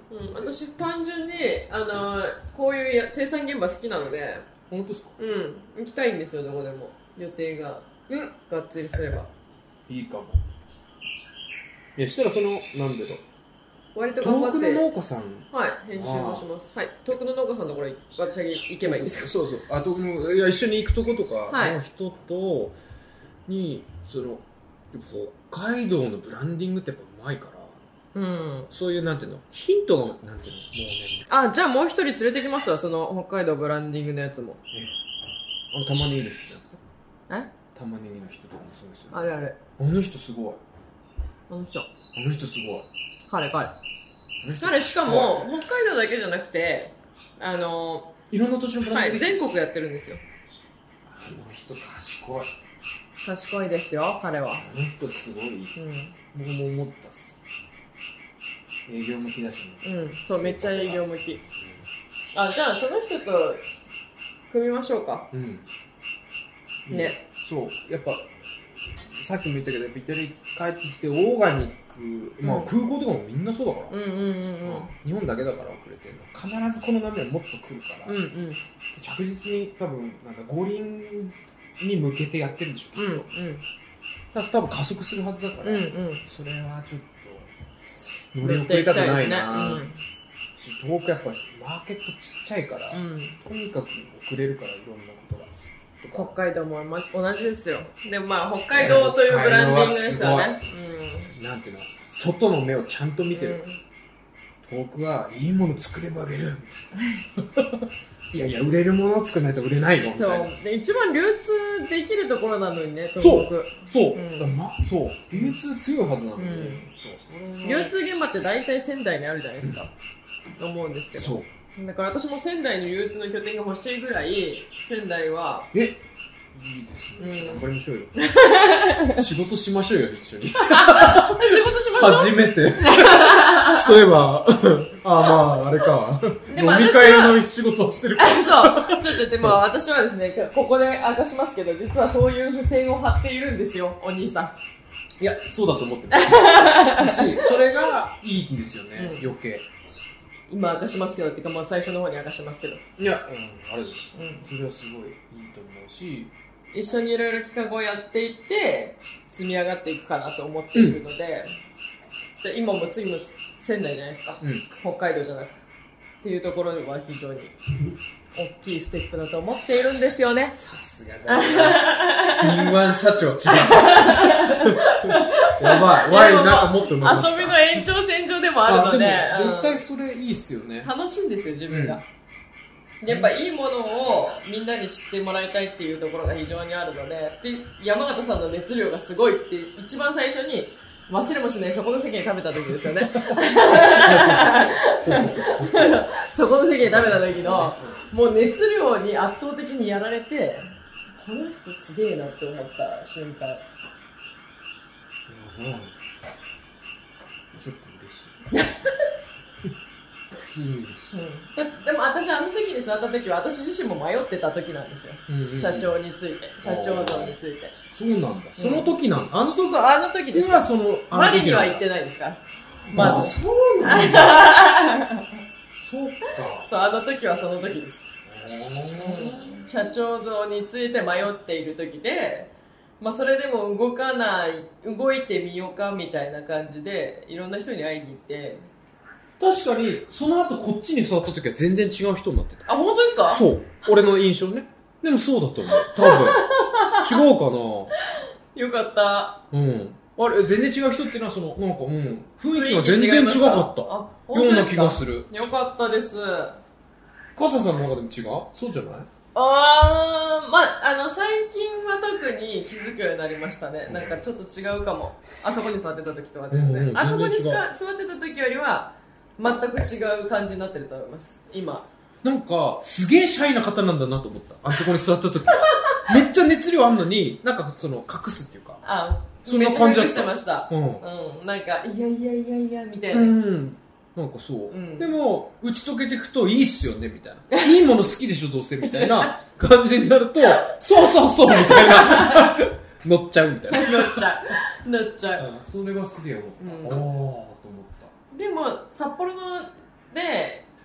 私単純にこういう生産現場好きなので。 本当ですか？ 行きたいんですよ、どこでも予定ががっちりすればいいかも。いや、したらなんだろう、 割と頑張って遠くの農家さん、 編集もします。遠くの農家さんのところ私が行けばいいんですか？ そう遠くの、いや、一緒に行くとことかの人とに、北海道のブランディングってやっぱうまいから、そういうなんていうの、ヒントがなんていうの、もうね。 じゃあもう一人連れてきますわ、その北海道ブランディングのやつも。 玉ねぎの人じゃなくて？玉ねぎの人とかもそうですよね。 あれあの人すごい。 あの人すごい。 彼しかも北海道だけじゃなくていろんな土地のブランディング、 全国やってるんですよ。 あの人賢いですよ、彼は。 あの人すごい。僕も思ったっす。営業向きだしね。そうめっちゃ営業向き。じゃあその人と組みましょうか。ね。そうやっぱさっきも言ったけど、やっぱイタリア帰ってきてオーガニック、空港とかもみんなそうだから、日本だけだから遅れてるの。必ずこの波はもっと来るから、着実に多分五輪に向けてやってるんでしょ、きっと。だから多分加速するはずだから、それはちょっと乗り遅れたくないな。遠くやっぱマーケットちっちゃいから、とにかく遅れるから、いろんなことが。 北海道も同じですよ。でも北海道というブランディングですよね。 なんていうの、外の目をちゃんと見てる。遠くはいいもの作れば売れる。いや売れるものを作らないと売れないのみたいな。 そうで一番流通できるところなのにね。 そう流通強いはずなのに。 流通現場って大体仙台にあるじゃないですか。思うんですけど。だから私も仙台に流通の拠点が欲しいぐらい、仙台は。 いいですね。頑張りましょうよ。仕事しましょうよ、一緒に。仕事しましょう。初めて。そういえば、あれか。飲み会の仕事をしてるから。 でも私はですね、ここで明かしますけど、実はそういう付箋を貼っているんですよ、お兄さん。 いや、そうだと思ってますし、それがいいんですよね、余計。 今明かしますけどっていうか、最初の方に明かしますけど。 いや、ありがとうございます。それはすごいいいと思うし、 一緒にいろいろ企画をやっていって積み上がっていくかなと思っているので、今も次も仙台じゃないですか、北海道じゃなくっていうところは非常に大きいステップだと思っているんですよね。 さすがだね。敏腕社長違う。やばい。ワインなんかもっと遊びの延長線上でもあるので、 絶対それいいっすよね。 楽しいんですよ、自分が。やっぱいいものをみんなに知ってもらいたいっていうところが非常にあるので、山形さんの熱量がすごいって一番最初に忘れもしないそこの席に食べた時ですよね。そこの席に食べた時のもう熱量に圧倒的にやられて、この人すげえなって思った瞬間。 ちょっと嬉しい。 でも私あの席に座った時は私自身も迷ってた時なんですよ、社長について、社長像について。 そうなんだ、その時なんだ。 あの時です。マリには行ってないですから。まずそうなんだ。そうか。 そう、あの時はその時です。社長像について迷っている時で、それでも動いてみようかみたいな感じでいろんな人に会いに行って。 確かにその後こっちに座った時は全然違う人になってた。 あ、本当ですか？ そう、俺の印象ね。でもそうだと思う、多分。違うかな。 よかった。 あれ、全然違う人っていうのは雰囲気が全然違かったような気がする。 よかったです。 カサさんの中でも違う？そうじゃない？ 最近は特に気づくようになりましたね。なんかちょっと違うかも。あそこに座ってた時とは全然。あそこに座ってた時よりは全く違う感じになってると思います、今。 なんか、すげえシャイな方なんだなと思った。あそこに座った時。めっちゃ熱量あんのに、なんか隠すっていうか。 そんな感じだった。めっちゃ隠してました。なんか、いや、みたいな。 なんかそう。でも、打ち解けていくと、いいっすよね、みたいな。いいもの好きでしょ、どうせ、みたいな感じになると、そう、みたいな。乗っちゃうみたいな。 乗っちゃう。 それはすげえ思った。と思った。 でも、札幌の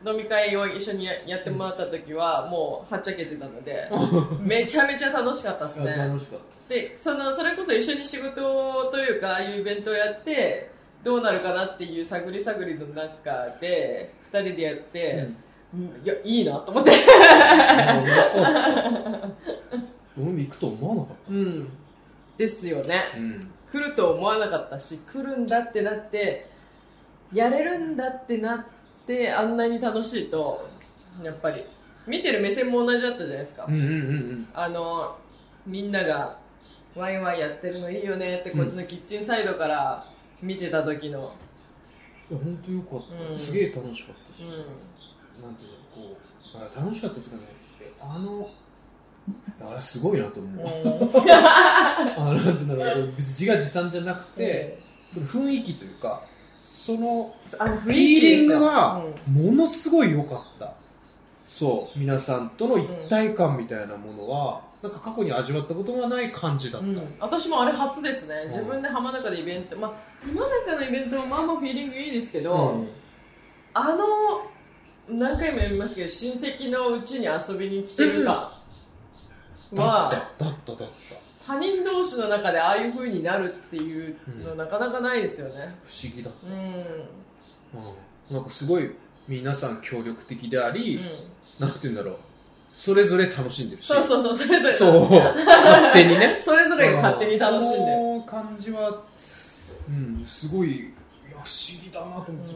飲み会を一緒にやってもらった時はもうはっちゃけてたのでめちゃめちゃ楽しかったですね。 楽しかったでそれこそ一緒に仕事というかああいうイベントをやってどうなるかなっていう探り探りの中で2人でやって、いやいいなと思って俺も行くと思わなかった、 ですよね、来ると思わなかったし、来るんだってなってやれるんだってなってあんなに楽しいとやっぱり見てる目線も同じだったじゃないですか、みんながワイワイやってるのいいよねってこっちのキッチンサイドから見てた時の、 いや本当よかった、すげえ楽しかったし、なんていうのこう楽しかったですかね、あれすごいなと思う、なんていうんだろう、別に自画自賛じゃなくて、その雰囲気というかそのフィーリングがものすごい良かった。そう皆さんとの一体感みたいなものは、なんか過去に味わったことがない感じだった、 私もあれ初ですね。自分で浜中でイベント、浜中のイベントもまあまあフィーリングいいですけど、何回も言いますけど親戚のうちに遊びに来てるかは、 だった他人同士の中でああいう風になるっていうのなかなかないですよね。 不思議だった、なんかすごい皆さん協力的であり、なんて言うんだろう、それぞれ楽しんでるし、 そうそれぞれ勝手にねそれぞれが勝手に楽しんでる、 その感じは、すごい不思議だなと思って、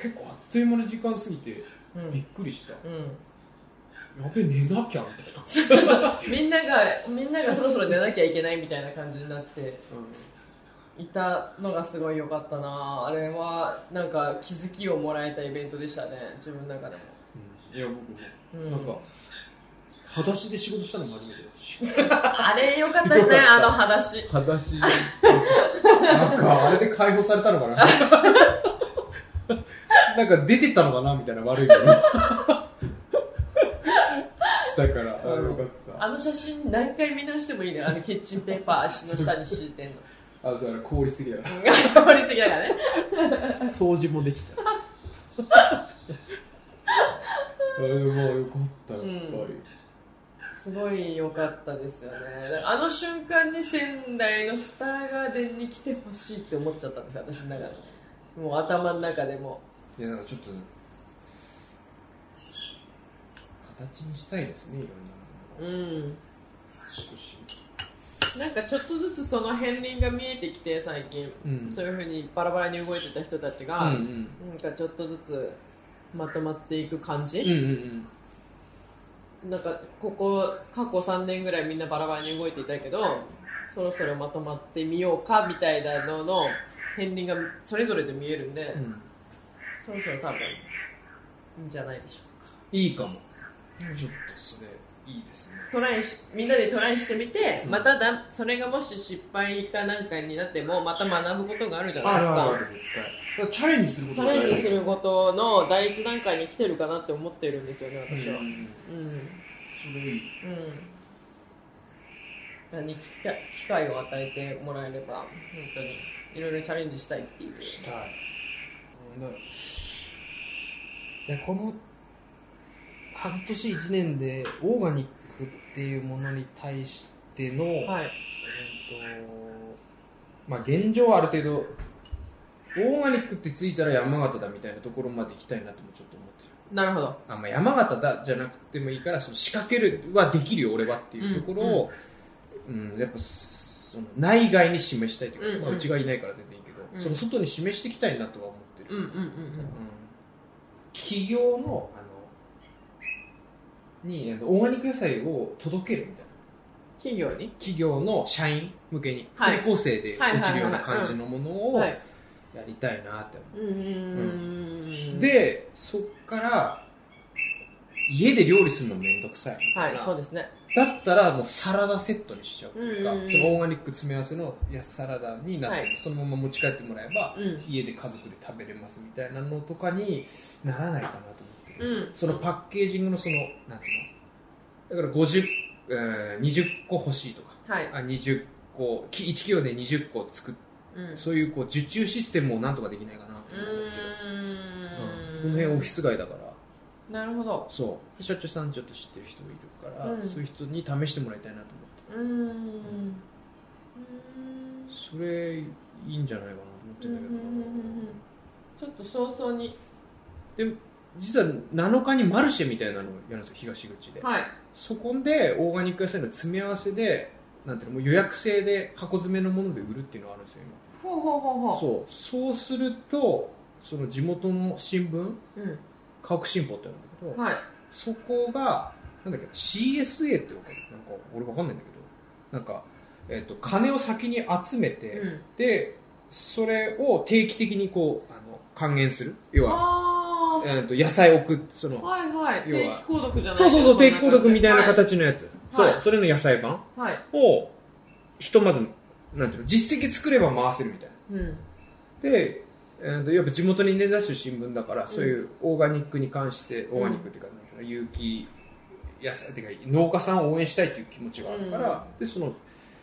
結構あっという間に時間過ぎてびっくりした、やべ寝なきゃみたいなみんながそろそろ寝なきゃいけないみたいな感じになって、いたのがすごい良かったな。あれはなんか気づきをもらえたイベントでしたね、自分の中でも。 いや僕も、なんか裸足で仕事したのも初めてだったしあれ良かったですね、裸足なんかあれで解放されたのかななんか出てったのかなみたいな、悪いのしたから、よかった。 写真何回見直してもいいね、キッチンペーパー足の下に敷いてんのだから凍りすぎだから凍りすぎだからね掃除もできちゃうもうよかった、やっぱり、 すごい良かったですよね。あの瞬間に仙台のスターガーデンに来てほしいって思っちゃったんですよ、私の中で。もう頭の中でも。 いや、なんかちょっと形にしたいですね、いろんなもの。少しなんかちょっとずつその片鱗が見えてきて最近、そういう風にバラバラに動いてた人たちが、なんかちょっとずつまとまっていく感じ、なんか過去3年ぐらいみんなバラバラに動いていたけど、そろそろまとまってみようかみたいなのの片鱗がそれぞれで見えるんで、そろそろ多分いいんじゃないでしょうか。 いいかも、ちょっとそれいいですね。 みんなでトライしてみて、またそれがもし失敗かなんかになってもまた学ぶことがあるじゃないですか。 絶対チャレンジすることの第一段階に来てるかなって思ってるんですよね、私は。 それいい。 何機会を与えてもらえれば本当にいろいろチャレンジしたいっていう。 したい。この半年1年でオーガニックっていうものに対しての、現状はある程度オーガニックってついたら山形だみたいなところまで行きたいなともちょっと思ってる。 なるほど。 山形だじゃなくてもいいから、その仕掛けるはできるよ俺はっていうところを、やっぱその内外に示したいというか、うちがいないから全然いいけど、その外に示していきたいなとは思ってる。企業のにオーガニック野菜を届けるみたいな。企業の社員向けに福利厚生で落ちるような感じのものをやりたいなって思う。でそっから家で料理するのめんどくさいみたいな、 そうですね。 だったらもうサラダセットにしちゃうというか、そのオーガニック詰め合わせのサラダになって、そのまま持ち帰ってもらえば、家で家族で食べれますみたいなのとかにならないかなと思ってる。そのパッケージングのそのなんていうの、だから20個欲しいとか、20個1キロで20個作って、そういう受注システムをなんとかできないかなと思ってる。この辺オフィス街だからなるほど。 そう社長さんちょっと知ってる人がいるから、そういう人に試してもらいたいなと思って。それいいんじゃないかなと思ってんだけど、 ちょっと早々に。 で実は7日にマルシェみたいなのをやるんですよ、東口で。 はい。 そこでオーガニック野菜の詰め合わせで、なんていうの、もう予約制で箱詰めのもので売るっていうのがあるんですよ、今。そうすると、その地元の新聞、河北新報ってあるんだけど、 はい、 そこが、なんだっけ、CSA ってわかる？なんか、俺わかんないんだけど、なんか、金を先に集めて、で、それを定期的にこう、還元する。要は、野菜を送って、その、 はいはい、定期購読じゃないそう、定期購読みたいな形のやつ。そう、それの野菜版を、ひとまず、なんていうの、実績作れば回せるみたいな。で、やっぱ地元に根ざしてる新聞だから、そういうオーガニックに関して、オーガニックっていうか、有機野菜っていうか、農家さんを応援したいっていう気持ちがあるから、で、それが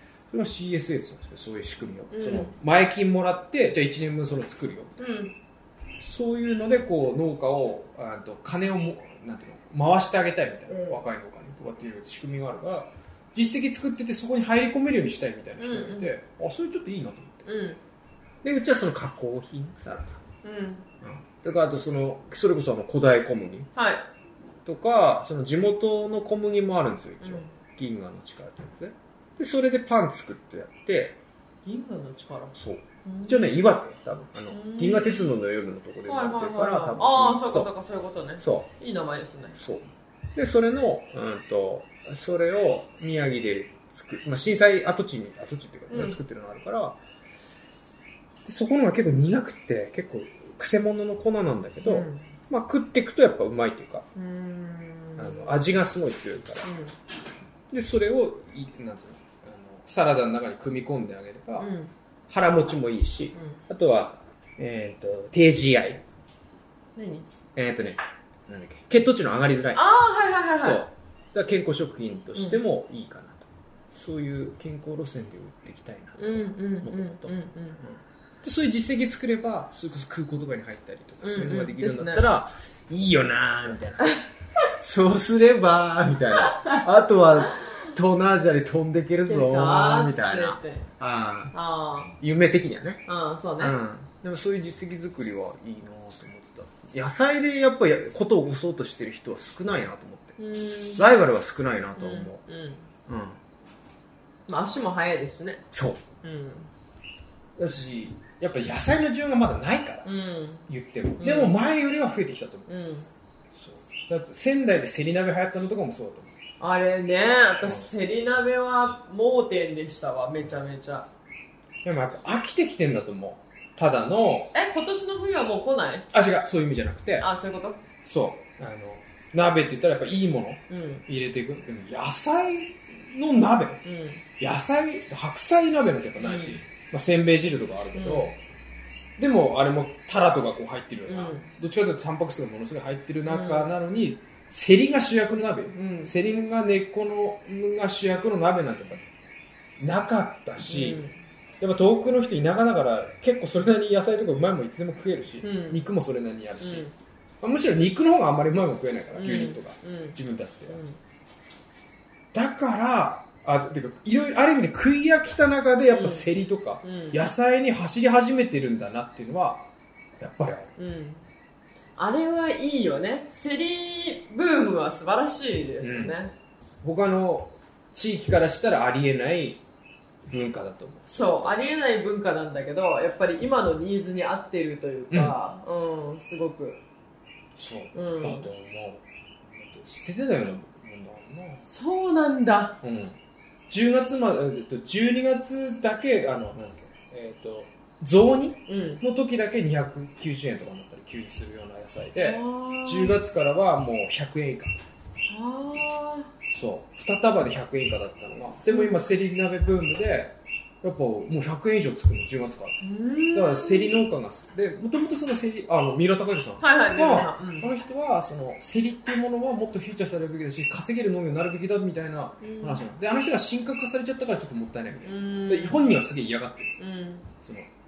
CSA って言うんですよ、そういう仕組みを。その、前金もらって、じゃあ1年分それを作るよ。そういうので、こう、農家を、金をなんていうの、回してあげたいみたいな、若い農家にとかっていう仕組みがあるから、実績作っててそこに入り込めるようにしたいみたいな人がいて、それちょっといいなと思って。で、うちはその加工品サラダ。だからあとそれこそ古代小麦。とか、その地元の小麦もあるんですよ、一応。銀河の力ってやつ。で、それでパン作ってやって。 銀河の力？ そう。一応ね、岩手、多分。銀河鉄道の夜のとこでやってるから、多分。 ああ、そういうことね。 そう。 いい名前ですね。 そう。で、それの、それを宮城で震災跡地っていうか、作ってるのがあるから、そこのが結構苦くて、結構、くせ者の粉なんだけど、まあ食っていくとやっぱうまいというか、味がすごい強いから。で、それを、なんていうの、サラダの中に組み込んであげれば、腹持ちもいいし、あとは、低 GI。 何？ なんだっけ、血糖値の上がりづらい。そう。だから健康食品としてもいいかなと。そういう健康路線で売っていきたいなと思って。そういう実績作れば、それこそ空港とかに入ったりとか、そういうのができるんだったら、いいよなーみたいな。そうすればみたいな。あとは、東南アジアに飛んでいけるぞーみたいな。夢的にはね。 そうね。 でもそういう実績作りはいいなと思ってた。野菜でやっぱりことを起こそうとしてる人は少ないなと思って。ライバルは少ないなと思う。 まあ足も速いですね。 そう。だし、やっぱ野菜の需要がまだないから、言っても。でも前よりは増えてきたと思う。だって仙台でセリ鍋流行ったのとかもそうだと思う。 あれね、私セリ鍋は盲点でしたわ、めちゃめちゃ。 でもやっぱ飽きてきてんだと思う。ただの。 今年の冬はもう来ない？ 違う、そういう意味じゃなくて。 そういうこと？ そう。鍋って言ったらやっぱいいもの入れていく。でも野菜の鍋、白菜鍋なんてやっぱないし、せんべい汁とかあるけど、でもあれもタラとかこう入ってるような、どっちかというとタンパク質がものすごい入ってる中なのに、セリが主役の鍋、セリが根っこのが主役の鍋なんてやっぱなかったし、やっぱ遠くの人田舎だから結構それなりに野菜とかうまいもんいつでも食えるし、肉もそれなりにあるし、むしろ肉の方があんまりうまいもん食えないから、牛肉とか、自分たちでは。だからてかいろいろある意味で食い飽きた中でやっぱセリとか、野菜に走り始めてるんだなっていうのはやっぱりある。 あれはいいよね。セリブームは素晴らしいですよね。 他の地域からしたらありえない文化だと思う。 そう、ありえない文化なんだけど、やっぱり今のニーズに合ってるというか、すごく。 そう。だと思う。捨ててたようなもんだもんな。 そうなんだ。 10月まで、12月だけ、なんだっけ、雑煮の時だけ290円とかになったり急にするような野菜で、10月からはもう100円以下。そう。2束で100円以下だったのが、でも今セリ鍋ブームで、やっぱもう100円以上つくの、10月から。だからセリ農家が、で、もともとそのセリ、三浦貴之さん。あの人は、その、セリっていうものはもっとフィーチャーされるべきだし、稼げる農業になるべきだみたいな話なの。で、あの人が神格化されちゃったからちょっともったいないみたいな。で、本人はすげえ嫌がってる。その、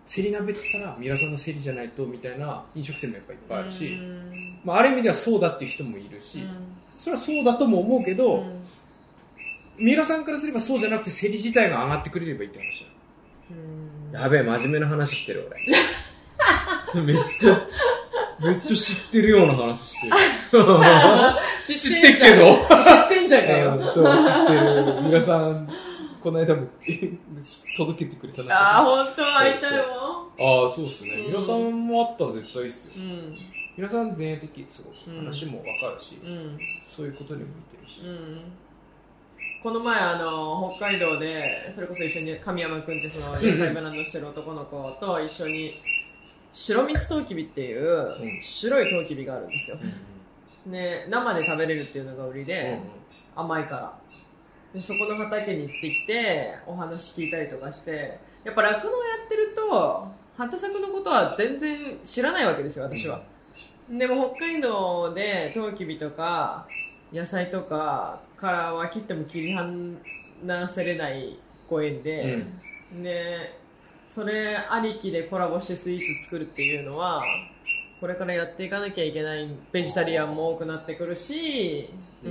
セリ鍋って言ったら三浦さんのセリじゃないとみたいな飲食店もやっぱいっぱいあるし、まあ、ある意味ではそうだっていう人もいるし、それはそうだとも思うけど、三浦さんからすればそうじゃなくてセリ自体が上がってくれればいいって話だ。やべえ、真面目な話してる俺。めっちゃ知ってるような話してる。 知ってんじゃん。知ってんじゃんかよ。 そう、知ってる。三浦さん、この間も届けてくれたな。 ああ、本当は会いたいわ。 ああ、そうっすね。三浦さんもあったら絶対いいっすよ。三浦さん前衛的、すごく話もわかるし、そういうことにも似てるし。 この前北海道でそれこそ一緒に神山君ってその野菜ブランドしてる男の子と一緒に白蜜トウキビっていう白いトウキビがあるんですよ、で生で食べれるっていうのが売りで、甘いからでそこの畑に行ってきてお話聞いたりとかして、やっぱ酪農やってると畑作のことは全然知らないわけですよ私は、でも北海道でトウキビとか野菜とかからは切っても切り離せれないご縁で、でそれありきでコラボしてスイーツ作るっていうのはこれからやっていかなきゃいけない。ベジタリアンも多くなってくるし、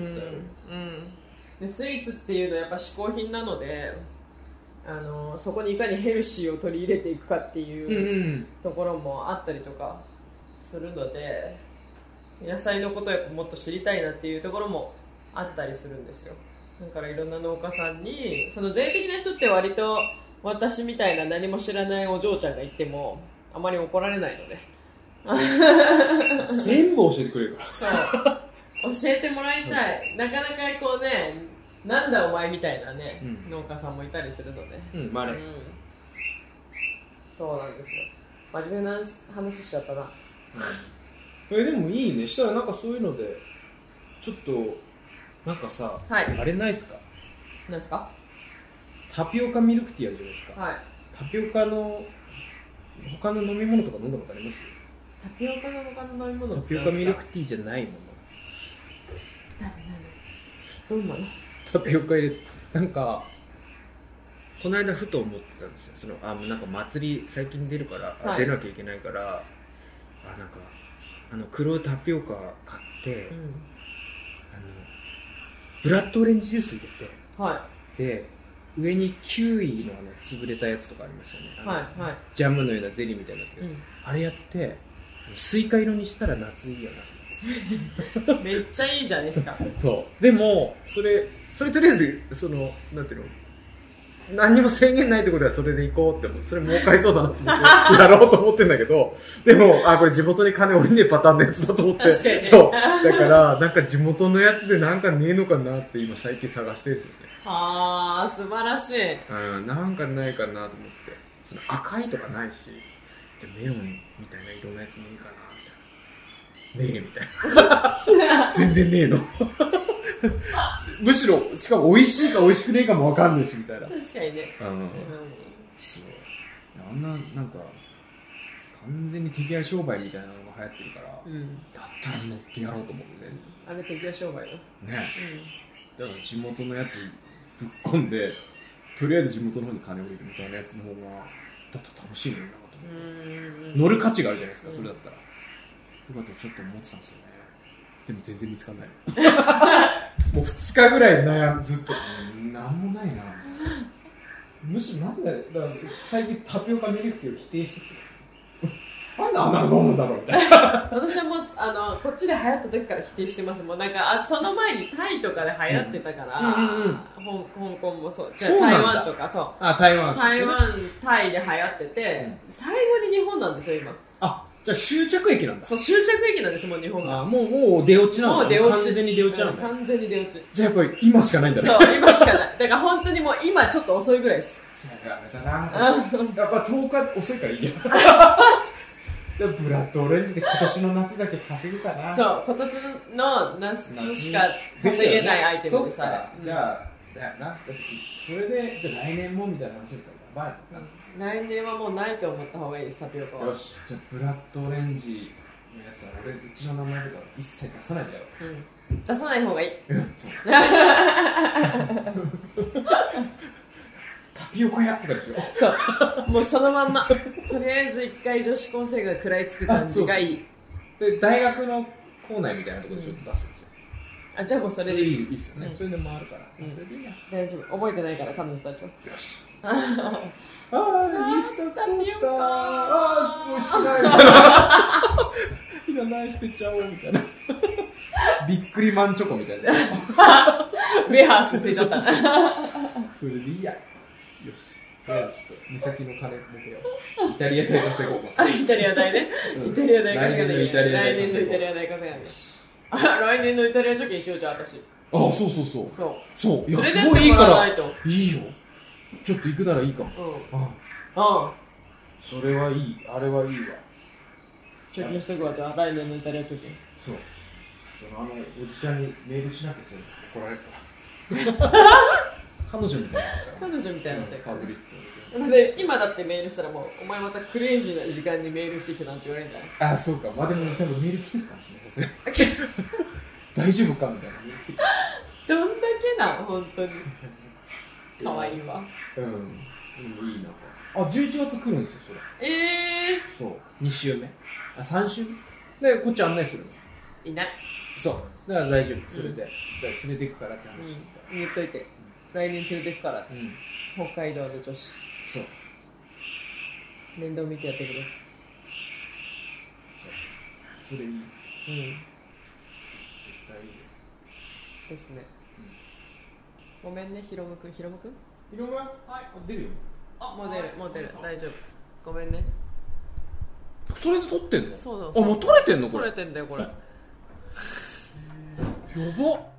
でスイーツっていうのはやっぱ嗜好品なのでそこにいかにヘルシーを取り入れていくかっていうところもあったりとかするので、野菜のことをやっぱもっと知りたいなっていうところもあったりするんですよ。だからいろんな農家さんにその全的な人って割と私みたいな何も知らないお嬢ちゃんが言ってもあまり怒られないので全部教えてくれるからそう教えてもらいたい、なかなかこうね、なんだお前みたいなね、農家さんもいたりするので、そうなんですよ。真面目な話しちゃったな。 でもいいね。したらなんかそういうのでちょっとなんかさ、あれないですか？ なんですか？ タピオカミルクティーあるじゃないですか。タピオカの他の飲み物とか飲んだことあります？ タピオカの他の飲み物ってタピオカミルクティーじゃないもの。 どんなの？ タピオカ入れなんかこの間ふと思ってたんですよ。なんか祭り最近出るから、出なきゃいけないから、なんか黒タピオカ買って、ブラッドオレンジジュース入れて、で上にキウイの潰れたやつとかありますよね。ジャムのようなゼリーみたいになってるやつ、あれやってスイカ色にしたら夏いいよなめっちゃいいじゃないですか。 そうでもそれとりあえずなんていうの、何にも制限ないってことはそれで行こうって思う。それ儲かりそうだなってやろうと思ってんだけど、でもこれ地元に金降りねえパターンのやつだと思って、そうだからなんか地元のやつでなんかねえのかなって今最近探してるんですよね。 素晴らしい。 なんかないかなと思って、赤いとかないし、じゃあメロンみたいな色のやつねえかなみたいな、ねえみたいな全然ねえのむしろしかも美味しいか美味しくねえかも分かんないしみたいな。 確かにね。 なんか完全に敵屋商売みたいなのが流行ってるから、だったら乗ってやろうと思って。 あれ敵屋商売よね。だから地元のやつぶっ込んで、とりあえず地元の方に金を入れるみたいなやつの方がだと楽しいのになと思って、乗る価値があるじゃないですか、それだったら。とかってちょっと思ってたんですよね。でも全然見つかんないもう2日ぐらいずっとなんもないな。むしろなんだから最近タピオカミルクティーを否定してきてますなんであんなの飲むんだろうみたいな私はもうこっちで流行った時から否定してます。もうなんかその前にタイとかで流行ってたから、香港もそう、じゃあ台湾とかそう、台湾タイで流行ってて、最後に日本なんですよ今。 じゃあ終着駅なんだ。 そう、終着駅なんです、もう日本が。 もう出落ちなの？もう出落ち。完全に出落ちなの？ 完全に出落ち。 じゃあやっぱり今しかないんだね。 そう、今しかない。だから本当にもう今ちょっと遅いぐらいです。 やっぱ10日遅いからいいやブラッドオレンジで今年の夏だけ稼ぐかな。そう、今年の夏しか稼げないアイテムでさ。 じゃあ、だよな。それで、じゃあ来年もみたいな話だったらやばいな。 来年はもうないと思った方がいいです、タピオカは。 よし、じゃあブラッドオレンジのやつは俺、うちの名前とか一切出さないんだよ。 出さない方がいい。 タピピヨコヤとかでしょ。 そうもうそのまんまとりあえず一回女子高生が食らいつく感じがいい。 で大学の校内みたいなところでちょっと出すんですよ。 あ、じゃあもうそれでいいですよね。それで回るから。それでいいな。 大丈夫。覚えてないから彼女たちは。 よし。あー、インスタ撮った。あー、もうしないみたいな。いらない、捨てちゃおうみたいな。びっくりマンチョコみたいな。 ウェハース捨てちゃった。 それでいいや。よし。ちょっと、美咲の金儲けよう。イタリア代稼ごうか。 イタリア代ね。イタリア代稼がない。 来年のイタリア代来年のイタリア代稼がない。来年のイタリア貯金しようじゃん、私。 あ、そうそうそう。そう。いや、 すごいいいから。いいよ。ちょっと行くならいいかも。それはいい。あれはいいわ。 貯金しとくわ、じゃあ、来年のイタリア貯金。 そう。おじちゃんにメールしなきゃ怒られるから。彼女みたいな。 彼女みたいな。 ファブリッツ。 で今だってメールしたらもうお前またクレイジーな時間にメールしてきてなんて言われるんじゃない？ あ、そうか。まあでも多分メール来てるかもしれないですね。大丈夫かみたいな。 どんだけな、本当に。可愛いわ。 いいな。あ、11月来るんですよ、それ。そう。2週目。あ、3週目で、こっち案内するの。 いない。 そう。だから大丈夫。それで。連れてくからって話。 言っといて。来年連れてくから。北海道の女子。 そう。 面倒見てやってくれ。 そう。それいい。絶対いいよ。 ですね。ごめんね、ヒロムくん。ヒロムくん？ ヒロム？はい。出るよ。 もう出る。大丈夫。ごめんね。 それで撮ってんの？ そうだ。 あ、もう撮れてんのこれ？ 撮れてんだよ、これ。 やばっ。